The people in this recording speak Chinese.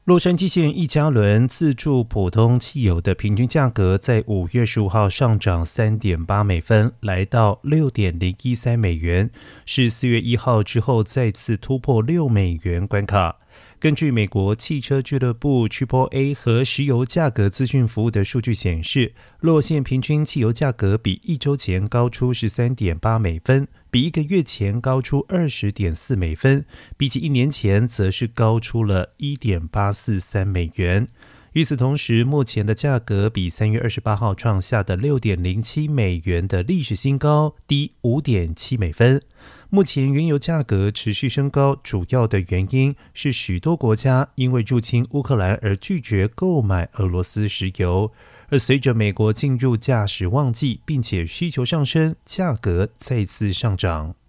洛杉矶县1加仑自助普通汽油的平均价格在5月15号上涨 3.8 美分，来到 6.013 美元，是4月1号之后再次突破6美元关卡。根据美国汽车俱乐部 AAA 和石油价格资讯服务的数据显示，洛县平均汽油价格比1周前高出 13.8 美分，比1个月前高出 20.4 美分，比起1年前则是高出了 1.843 美元。与此同时，目前的价格比3月28号创下的 6.07 美元的历史新高低 5.7 美分。目前原油价格持续升高，主要的原因是许多国家因为入侵乌克兰而拒绝购买俄罗斯石油，而随着美国进入驾驶旺季，并且需求上升，价格再次上涨。